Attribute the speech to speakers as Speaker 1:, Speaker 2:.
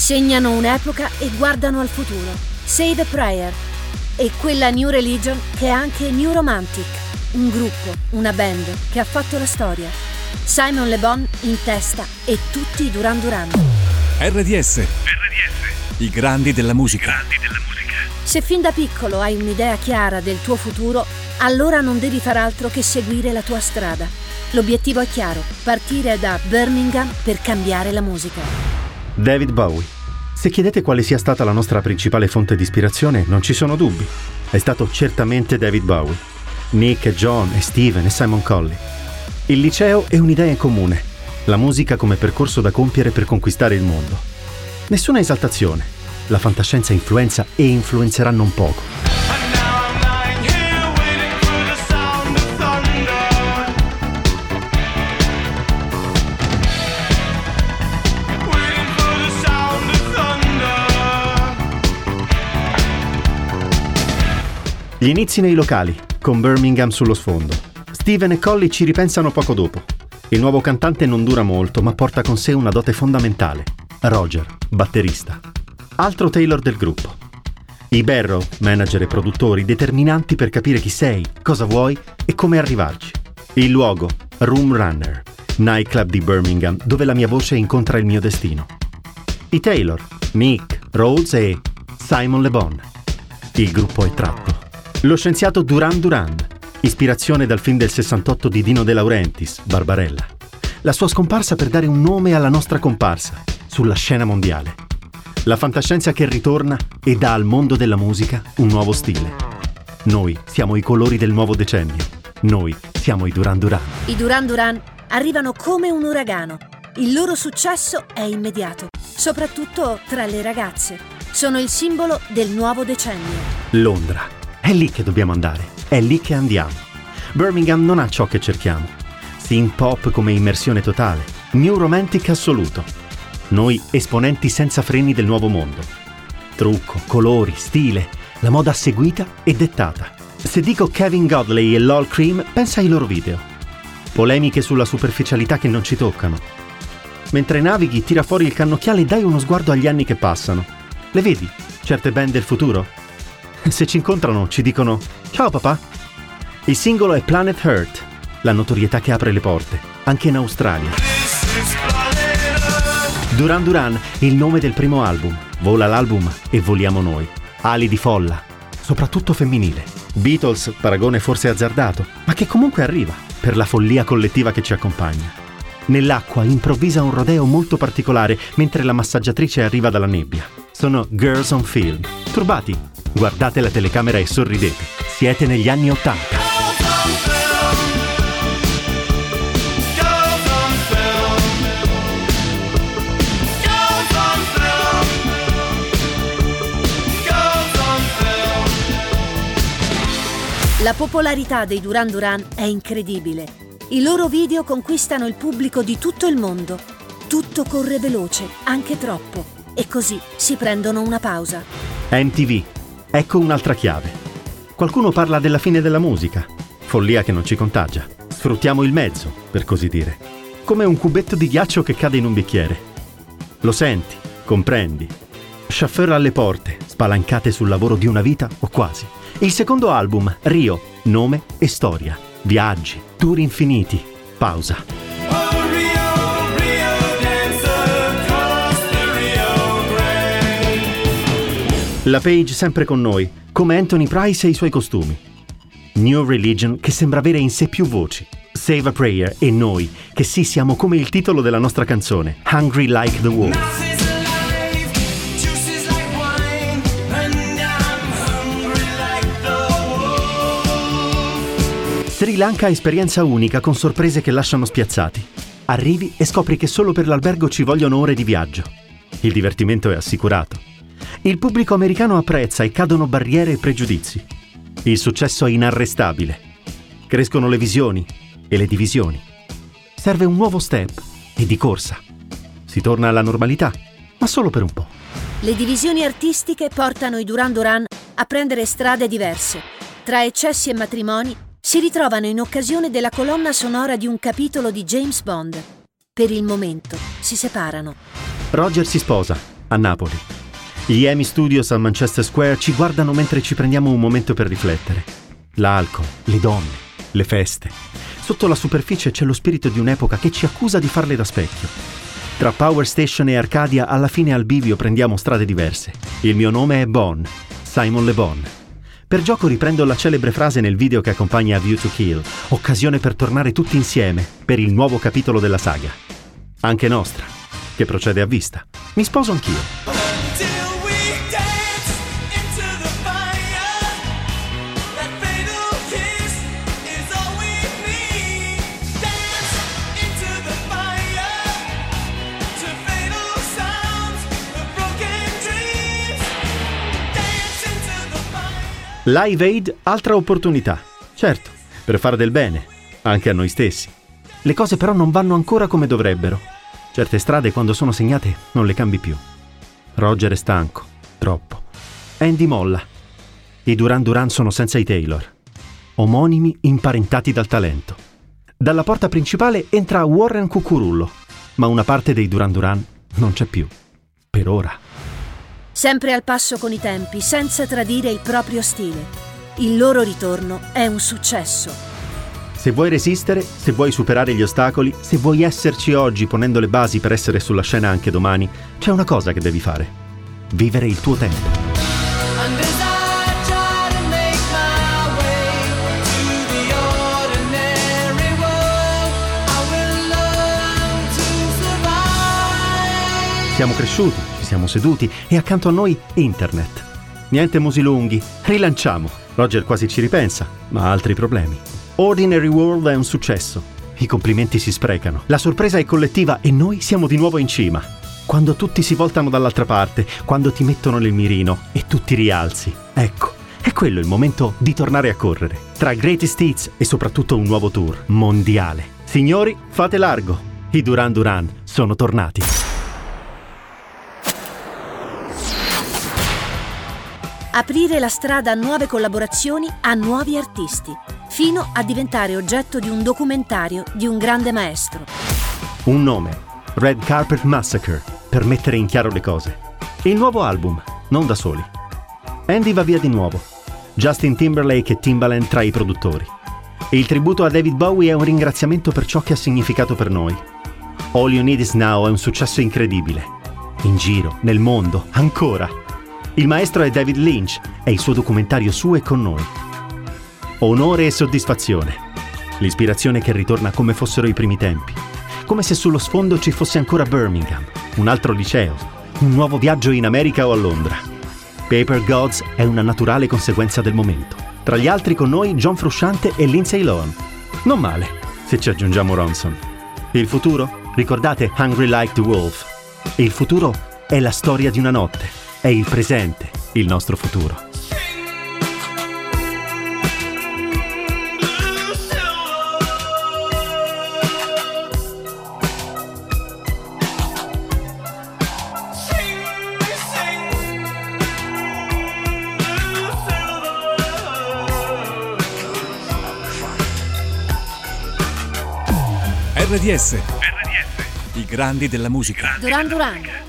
Speaker 1: Segnano un'epoca e guardano al futuro. Save a Prayer. E quella New Religion che è anche New Romantic. Un gruppo, una band che ha fatto la storia. Simon Le Bon in testa e tutti i Duran Duran.
Speaker 2: RDS. I grandi della musica.
Speaker 1: Se fin da piccolo hai un'idea chiara del tuo futuro, allora non devi far altro che seguire la tua strada. L'obiettivo è chiaro, partire da Birmingham per cambiare la musica.
Speaker 3: David Bowie. Se chiedete quale sia stata la nostra principale fonte di ispirazione, non ci sono dubbi. È stato certamente David Bowie. Nick e John e Steven e Simon Colley. Il liceo è un'idea in comune. La musica come percorso da compiere per conquistare il mondo. Nessuna esaltazione. La fantascienza influenza e influenzerà non poco. Gli inizi nei locali, con Birmingham sullo sfondo. Steven e Colley ci ripensano poco dopo. Il nuovo cantante non dura molto, ma porta con sé una dote fondamentale. Roger, batterista. Altro Taylor del gruppo. I Barrow, manager e produttori, determinanti per capire chi sei, cosa vuoi e come arrivarci. Il luogo, Room Runner, nightclub di Birmingham, dove la mia voce incontra il mio destino. I Taylor, Nick, Rhodes e Simon Le Bon. Il gruppo è tratto. Lo scienziato Duran Duran, ispirazione dal film del 68 di Dino De Laurentiis, Barbarella. La sua scomparsa per dare un nome alla nostra comparsa, sulla scena mondiale. La fantascienza che ritorna e dà al mondo della musica un nuovo stile. Noi siamo i colori del nuovo decennio. Noi siamo i Duran Duran.
Speaker 1: I Duran Duran arrivano come un uragano. Il loro successo è immediato, soprattutto tra le ragazze. Sono il simbolo del nuovo decennio.
Speaker 3: Londra. È lì che dobbiamo andare. È lì che andiamo. Birmingham non ha ciò che cerchiamo. Synth pop come immersione totale. New romantic assoluto. Noi esponenti senza freni del nuovo mondo. Trucco, colori, stile, la moda seguita e dettata. Se dico Kevin Godley e Lol Cream, pensa ai loro video. Polemiche sulla superficialità che non ci toccano. Mentre navighi, tira fuori il cannocchiale e dai uno sguardo agli anni che passano. Le vedi? Certe band del futuro? Se ci incontrano ci dicono «Ciao papà». Il singolo è Planet Earth, la notorietà che apre le porte, anche in Australia. Duran Duran, il nome del primo album. Vola l'album e voliamo noi. Ali di folla, soprattutto femminile. Beatles, paragone forse azzardato, ma che comunque arriva, per la follia collettiva che ci accompagna. Nell'acqua improvvisa un rodeo molto particolare, mentre la massaggiatrice arriva dalla nebbia. Sono Girls on Film. Turbati? Guardate la telecamera e sorridete. Siete negli anni '80.
Speaker 1: La popolarità dei Duran Duran è incredibile. I loro video conquistano il pubblico di tutto il mondo. Tutto corre veloce, anche troppo. E così si prendono una pausa.
Speaker 3: MTV. Ecco un'altra chiave. Qualcuno parla della fine della musica. Follia che non ci contagia. Sfruttiamo il mezzo, per così dire. Come un cubetto di ghiaccio che cade in un bicchiere. Lo senti, comprendi. Chauffeur alle porte, spalancate sul lavoro di una vita o quasi. Il secondo album, Rio, nome e storia. Viaggi, tour infiniti, pausa. La Page sempre con noi, come Anthony Price e i suoi costumi. New Religion che sembra avere in sé più voci. Save a Prayer e noi, che sì siamo come il titolo della nostra canzone, Hungry Like the Wolf. Sri Lanka è esperienza unica con sorprese che lasciano spiazzati. Arrivi e scopri che solo per l'albergo ci vogliono ore di viaggio. Il divertimento è assicurato. Il pubblico americano apprezza e cadono barriere e pregiudizi. Il successo è inarrestabile. Crescono le visioni e le divisioni. Serve un nuovo step e di corsa. Si torna alla normalità, ma solo per un po'.
Speaker 1: Le divisioni artistiche portano i Duran Duran a prendere strade diverse. Tra eccessi e matrimoni si ritrovano in occasione della colonna sonora di un capitolo di James Bond. Per il momento si separano.
Speaker 3: Roger si sposa, a Napoli. Gli EMI Studios a Manchester Square ci guardano mentre ci prendiamo un momento per riflettere. L'alcol, le donne, le feste. Sotto la superficie c'è lo spirito di un'epoca che ci accusa di farle da specchio. Tra Power Station e Arcadia alla fine al bivio prendiamo strade diverse. Il mio nome è Bon, Simon Le Bon. Per gioco riprendo la celebre frase nel video che accompagna A View to Kill, occasione per tornare tutti insieme per il nuovo capitolo della saga. Anche nostra, che procede a vista. Mi sposo anch'io. Live Aid, altra opportunità. Certo, per fare del bene, anche a noi stessi. Le cose però non vanno ancora come dovrebbero. Certe strade quando sono segnate non le cambi più. Roger è stanco, troppo. Andy molla. I Duran Duran sono senza i Taylor. Omonimi imparentati dal talento. Dalla porta principale entra Warren Cucurullo, ma una parte dei Duran Duran non c'è più. Per ora.
Speaker 1: Sempre al passo con i tempi, senza tradire il proprio stile. Il loro ritorno è un successo.
Speaker 3: Se vuoi resistere, se vuoi superare gli ostacoli, se vuoi esserci oggi ponendo le basi per essere sulla scena anche domani, c'è una cosa che devi fare. Vivere il tuo tempo. Siamo cresciuti, ci siamo seduti e accanto a noi internet. Niente musi lunghi, rilanciamo. Roger quasi ci ripensa, ma ha altri problemi. Ordinary World è un successo. I complimenti si sprecano. La sorpresa è collettiva e noi siamo di nuovo in cima. Quando tutti si voltano dall'altra parte, quando ti mettono nel mirino e tu ti rialzi. Ecco, è quello il momento di tornare a correre. Tra greatest hits e soprattutto un nuovo tour mondiale. Signori, fate largo. I Duran Duran sono tornati.
Speaker 1: Aprire la strada a nuove collaborazioni, a nuovi artisti, fino a diventare oggetto di un documentario di un grande maestro.
Speaker 3: Un nome, Red Carpet Massacre, per mettere in chiaro le cose. Il nuovo album, non da soli. Andy va via di nuovo. Justin Timberlake e Timbaland tra i produttori. E il tributo a David Bowie è un ringraziamento per ciò che ha significato per noi. All You Need Is Now è un successo incredibile. In giro, nel mondo, ancora. Il maestro è David Lynch e il suo documentario su e con noi. Onore e soddisfazione. L'ispirazione che ritorna come fossero i primi tempi. Come se sullo sfondo ci fosse ancora Birmingham, un altro liceo, un nuovo viaggio in America o a Londra. Paper Gods è una naturale conseguenza del momento. Tra gli altri con noi John Frusciante e Lindsay Lohan. Non male, se ci aggiungiamo Ronson. Il futuro? Ricordate Hungry Like the Wolf. Il futuro è la storia di una notte. È il presente, il nostro futuro.
Speaker 2: RDS. I grandi della musica.
Speaker 1: Duran Duran.